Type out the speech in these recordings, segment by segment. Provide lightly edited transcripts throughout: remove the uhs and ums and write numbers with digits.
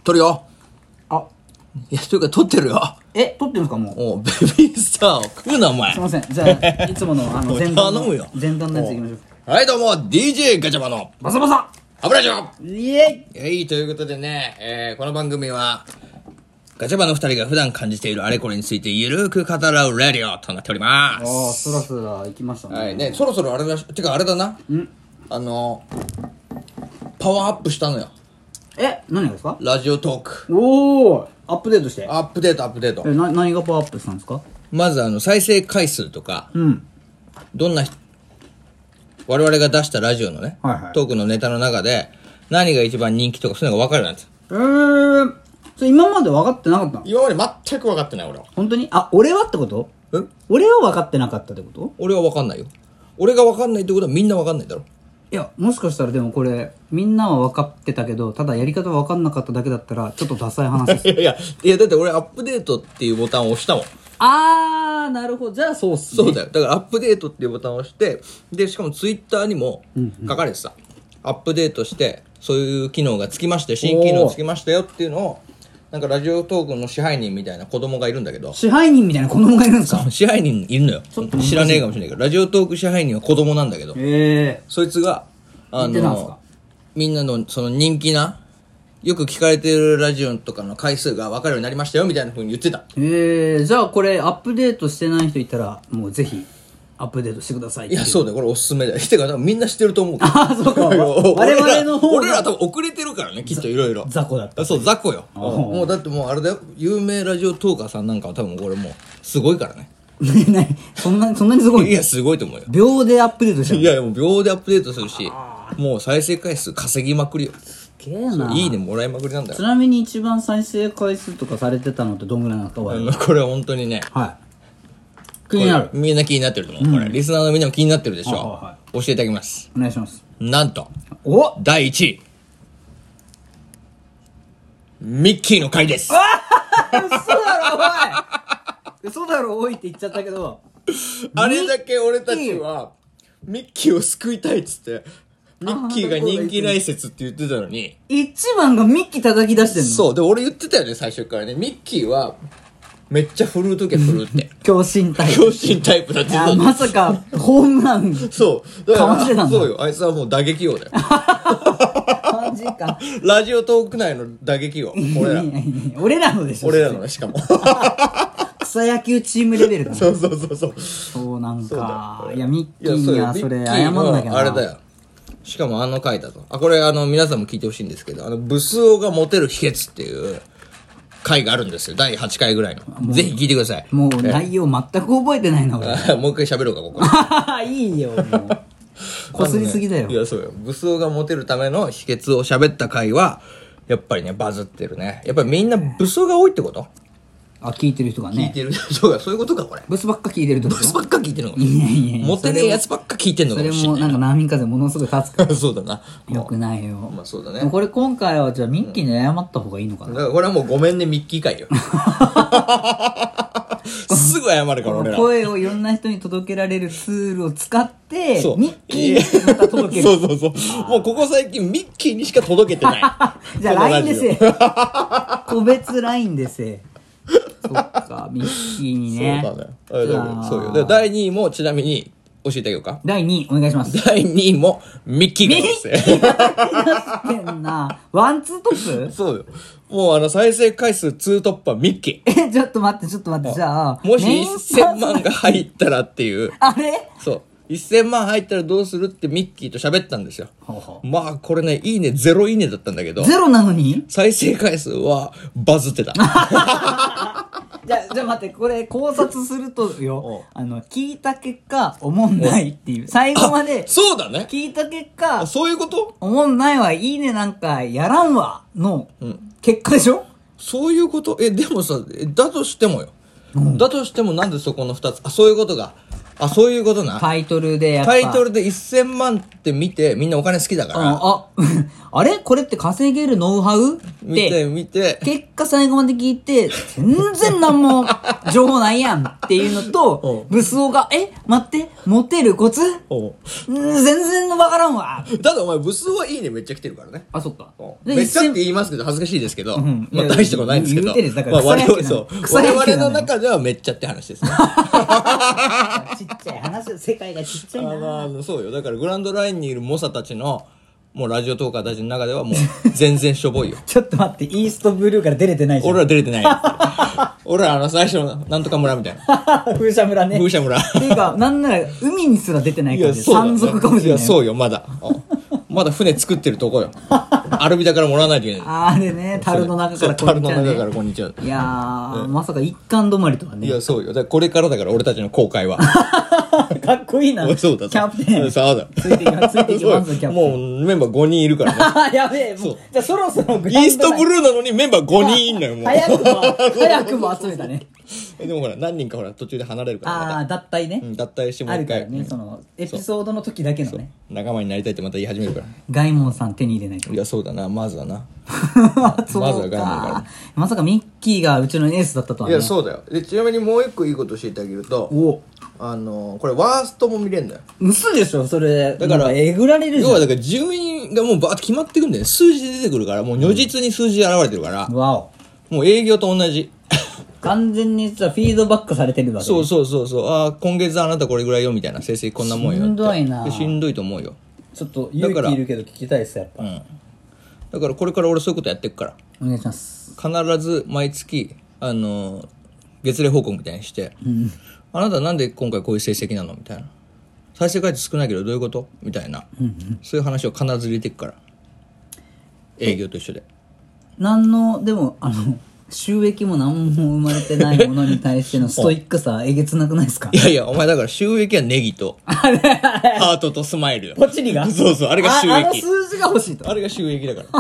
撮るよ。 あ、 いや、というか撮ってるよ。 撮ってるんですかもう。 おう、ベビースターを食うな、お前。 すいません。じゃあ、いつものもう前段の頼むよ前段のやついきましょう。 はい、どうも、DJ ガチャバのバサバサ油ジョイエイはい、ということでね、この番組は、ガチャバの二人が普段感じているあれこれについてゆるく語らうラディオとなっておりまああ、スラスラ行きましたす。 ね。 はい、ね、そろそろあれだし、てかあれだな。パワーアップしたのよ。 何がですか？ ラジオトーク。 おーアップデートして。 アップデート。 何がパワーアップしたんですか？ まず再生回数とか、どんな我々が出したラジオのね、 はいはいトークのネタの中で何が一番人気とかそういうのが分かるようになってた。 それ今まで分かってなかったの？ 今まで全く分かってない俺は。 本当に？俺はってこと？俺は分かってなかったってこと？ 俺は分かんないよ。俺が分かんないってことはみんな分かんないだろ。 いや、もしかしたらでもこれ、みんなは分かってたけど、ただやり方分かんなかっただけだったら、ちょっとダサい話です。 いや、だって俺アップデートっていうボタンを押したもん。 なるほど。じゃあそうっすね。 そうだよ。だからアップデートっていうボタンを押して、で、しかもツイッターにも書かれてた。アップデートして、そういう機能がつきまして、新機能つきましたよっていうのを、なんかラジオトークの支配人みたいな子供がいるんだけど、 支配人みたいな子供がいるんですか？ 支配人いるのよ。知らねえかもしれないけど、ラジオトーク支配人は子供なんだけど、そいつが、 言ってたんすか？ みんなのその人気な、よく聞かれてるラジオとかの回数が分かるようになりましたよみたいな風に言ってた。 じゃあこれアップデートしてない人いたら、もうぜひ、アップデートしてくださいって。 いや、そうだよ。これおすすめだよ。てか、多分みんな知ってると思うから。 そうか。我々の方が。 俺ら多分遅れてるからね、きっといろいろ。 雑魚だった。 そう、雑魚よ。もうだってもうあれだよ。有名ラジオトーカーさんなんかは多分これもう、すごいからね。 そんなにすごい？ いや、すごいと思うよ。 秒でアップデートしたの？ いや、もう秒でアップデートするし、もう再生回数稼ぎまくりよ。 すげえな。 いいねもらいまくりなんだよ。 ちなみに一番再生回数とかされてたのってどんぐらいなんですか？ これは本当にね。 はい。気になる。 みんな気になってると思う。これ。リスナーのみんなも気になってるでしょ。教えていただきます。 お願いします。 なんと、 第 1位。ミッキーの回です。 嘘だろおいって言っちゃったけど。 あれだけ俺たちは、ミッキーを救いたいっつって、ミッキーが人気ない説って言ってたのに。 一番がミッキー叩き出してんの？ そう。で、俺言ってたよね、最初からね。ミッキーは、めっちゃ振るうときは振るって。 強心タイプ。 強心タイプだって言ってた。 まさか、ホームラン。 そう。 かましてたんだ。 そうよ。あいつはもう打撃王だよ。 マジか。 ラジオトーク内の打撃王。 俺らのでしょ。 俺らのね、しかも。 草野球チームレベルだね。 そう。 そうなんか。いや、ミッキーにはそれ謝んなきゃな。 あれだよ。しかも回だと。これ皆さんも聞いてほしいんですけど、ブス男がモテる秘訣っていう回があるんですよ。第8回ぐらいの。ぜひ聞いてください。 もう内容全く覚えてないな、俺。 もう一回喋ろうか、ここ。 いいよ、もう。こすりすぎだよ。 いや、そうよ。ブス男がモテるための秘訣を喋った回は、やっぱりね、バズってるね。やっぱりみんなブス男が多いってこと？ 聞いてる人がね。 聞いてる人が、そういうことか、これ。 ブスばっか聞いてるってこと？ ブスばっか聞いてるのか。 いや。 モテねえやつばっか聞いてんのかもしれない。 それもなんか波風ものすごい立つから。 そうだな。 よくないよ。 まあそうだね。 これ今回はじゃあミッキーに謝った方がいいのかな？ だからこれはもうごめんねミッキー会よ。すぐ謝るから俺ら。 声をいろんな人に届けられるツールを使って、 ミッキーにまた届ける。 そう。もうここ最近ミッキーにしか届けてない。 じゃあ LINE ですよ。個別 LINE ですよ。そっか、ミッキーにね。 そうだね。そうよ。で第2位もちなみに教えてあげようか。 第2位お願いします。 第2位もミッキー会です。 ミッキーが出してんな。ワンツートップ？ そうよ。もう再生回数2突破ミッキー。 ちょっと待って。じゃあ。 もし1000万が入ったらっていう。 あれ？ そう。1000万入ったらどうするってミッキーと喋ったんですよ。まあこれね、いいね、0いいねだったんだけど。 ゼロなのに？ 再生回数はバズってた。 じゃあ待って、これ考察するとよ、聞いた結果、おもんないっていう。最後まで、 そうだね。 聞いた結果、 そういうこと？ おもんないわ、いいねなんかやらんわ、の、結果でしょ？ そういうこと？でもさ、だとしてもよ。だとしてもなんでそこの2つ、そういうことが。 あ、そういうことな。 タイトルでやっぱ。 タイトルで1000万って見て、みんなお金好きだから。 あれこれって稼げるノウハウって見て。 結果最後まで聞いて、全然何も情報ないやんっていうのと、ブスオが、待って、モテるコツ全然わからんわ。 ただお前、ブスオはいいねめっちゃ来てるからね。 あ、そっか。 めっちゃって言いますけど、恥ずかしいですけど。まあ大したことないんですけど。 言うてるだから我々の中ではめっちゃって話ですね。 ちっちゃい話、世界がちっちゃいな。 そうよ。だからグランドラインにいる猛者たちの、もうラジオトーカーたちの中ではもう全然しょぼいよ。 ちょっと待って、イーストブルーから出れてないじゃん。 俺ら出れてないよ。俺ら最初のなんとか村みたいな。 風車村ね。 風車村。 っていうか、なんなら海にすら出てないから、山賊かもしれない。 いや、そうよ、まだ。まだ船作ってるとこよ。アルビダからもらわないといけない。 あれね、樽の中からこんにちは、ね。 樽の中からこんにちは。 いやー、まさか一貫止まりとかね。 いや、そうよ。だからこれからだから俺たちの航海は。 かっこいいな。 そうだ。 キャプテン。 そうだ。 ついていきます、キャプテン。 もうメンバー5人いるからね。やべえ、もう。じゃあそろそろイーストブルーなのにメンバー5人いんのよ、もう。 早くも集めたね。 でもほら、何人かほら、途中で離れるから。 ああ、脱退ね。 脱退してもう一回。 あるからね、その、エピソードの時だけのね。 仲間になりたいってまた言い始めるから。 ガイモンさん手に入れないと。 いや、そうだな、まずはな。 まずはガイモンから。まさかミッキーがうちのエースだったとはね。 いや、そうだよ。で、ちなみにもう一個いいこと教えてあげると、これワーストも見れんだよ。 嘘でしょそれ。 だから、 えぐられるじゃん。 要はだから順位がもうバーッと決まってくんだよね。数字で出てくるから、もう如実に数字で現れてるから。 わお。もう営業と同じ。 完全に実はフィードバックされてるわけ。 そう。ああ、今月あなたこれぐらいよみたいな成績こんなもんよ。 しんどいな。 しんどいと思うよ。 ちょっと勇気いるけど聞きたいですやっぱ。 だからこれから俺そういうことやっていくから。 お願いします。 必ず毎月、月例報告みたいにして、あなたなんで今回こういう成績なのみたいな。再生回数少ないけどどういうことみたいな、そういう話を必ず入れていくから。営業と一緒で。 でも、収益も何も生まれてないものに対してのストイックさ、えげつなくないですか？ いや、お前だから収益はネギと、ハートとスマイルよ。 ポチリが？ そう、あれが収益。 あの数字が欲しいと。 あれが収益だから。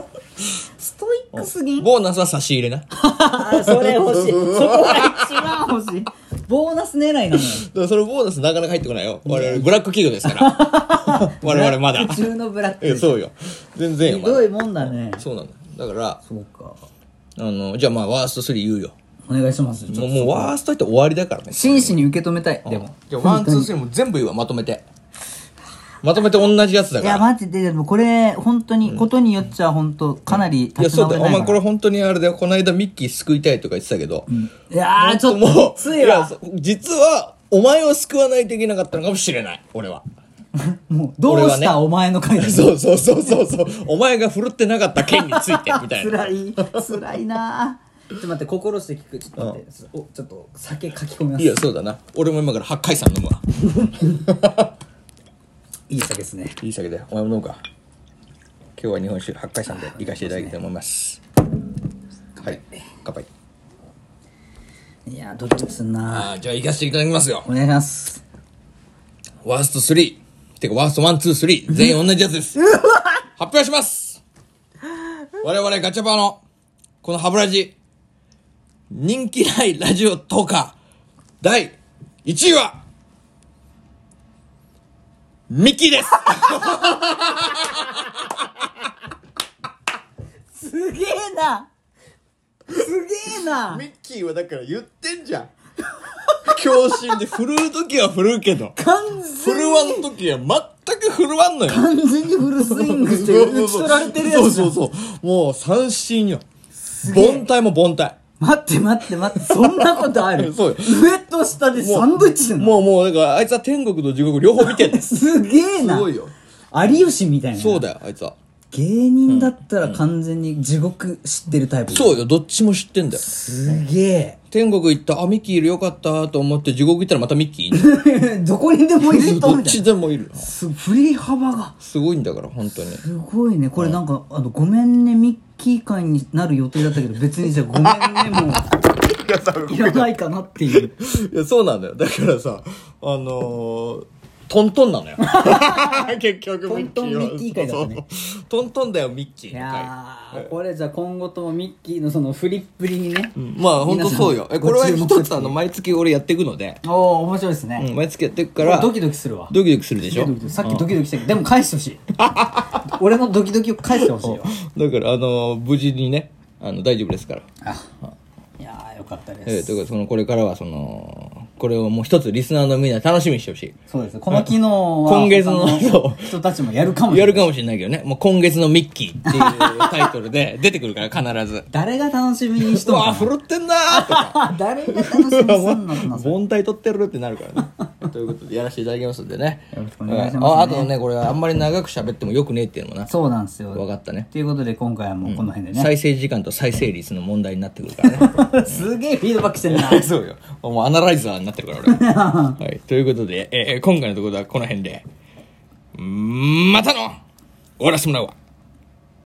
ストイックすぎん？ ボーナスは差し入れな。 それ欲しい。そこが一番欲しい。ボーナス狙いなのよ。だからそのボーナスなかなか入ってこないよ。我々ブラック企業ですから。我々まだ。 普通のブラック。 そうよ。全然よ。 ひどいもんだね。 そうなんだ。だから、 そうか。 じゃあまあワースト3言うよ。 お願いします。 もうワーストって終わりだからね。 真摯に受け止めたい。でも。 じゃあ1、2、3も全部言うわ、まとめて。まとめて同じやつだから。 いや、マジで、でもこれ、本当に、ことによっちゃ本当かなり立ち直れない。いや、 そうだよ。お前これ本当にあれだよ。この間ミッキー救いたいとか言ってたけど。 いやー、ちょっときついわ。 実は、お前を救わないといけなかったのかもしれない。俺は。 もう、どうしたお前の回だ。 そう。お前が振るってなかった件について、みたいな。 辛いなぁ。ちょっと待って、心して聞く。ちょっと待って。ちょっと、酒書き込みます。 いや、そうだな。俺も今から八海山飲むわ。 いい酒ですね。 いい酒だよ。お前も飲むか。今日は日本酒八海山で行かせていただきたいと思います。はい。乾杯。 いや、ドキドキすんなじゃあ行かせていただきますよ。 お願いします。 ワースト3。てか、ワースト1、2、3。全員同じやつです。発表します。我々ガチャバの、このハブラジ、人気ないラジオトーカー、第1位は、ミッキーです。 すげえな。 ミッキーはだから言ってんじゃん。強心で振るうときは振るうけど、振るわんときは全く振るわんのよ。 完全にフルスイングして打ち取られてるやつ。 そう。もう三振よ。凡退も凡退。 待って。そんなことある？ そうよ。 上と下でサンドイッチしてんの？ もう、だからあいつは天国と地獄両方見てんの。 すげえな。 すごいよ。 有吉みたいな。 そうだよ、あいつは。 芸人だったら完全に地獄知ってるタイプ。 そうよ、どっちも知ってんだよ。 すげえ。 天国行った、ミッキーいるよかったと思って地獄行ったらまたミッキーいる。 どこにでもいるどっちでもいる。 振り幅が。 すごいんだから、本当に。 すごいね。これなんか、ごめんね、ミッキー会になる予定だったけど、別にじゃあごめんね、もう。いらないかなっていう。 いや、そうなんだよ。だからさ、 トントンなのよ結局ミッキーはトントンミッキー会だったねそうトントンだよミッキーいのや会これじゃあ今後ともミッキーのその振りっぷりにね、 まあ本当そうよこれは一つ毎月俺やっていくので、 おお面白いですね、 毎月やっていくからドキドキするわ。 ドキドキするでしょ。 さっきドキドキしたけど、でも返してほしい俺のドキドキを返してほしいよだから無事にね大丈夫ですからいやーよかったです、 ということでこれからはこれをもう一つリスナーのみんな楽しみにしてほしい。 そうです。この機能は今月の人たちもやるかもしれない。 やるかもしれないけどね。もう今月のミッキーっていうタイトルで出てくるから必ず。 誰が楽しみにしとんかな。 うわ振るってんなーとか。 誰が楽しみにすんのってな。 凡退取ってるってなるからね。ということでやらせていただきますんでね。 よろしくお願いしますね。 あとねこれあんまり長く喋ってもよくねえっていうのもな。 そうなんですよ。 分かったね。 ということで今回はもうこの辺でね。 再生時間と再生率の問題になってくるからね。 すげえフィードバックしてんな。 そうよ。もうアナライザーになってるから俺。はい。ということで、今回のところはこの辺で、またの終わらせてもらうわ。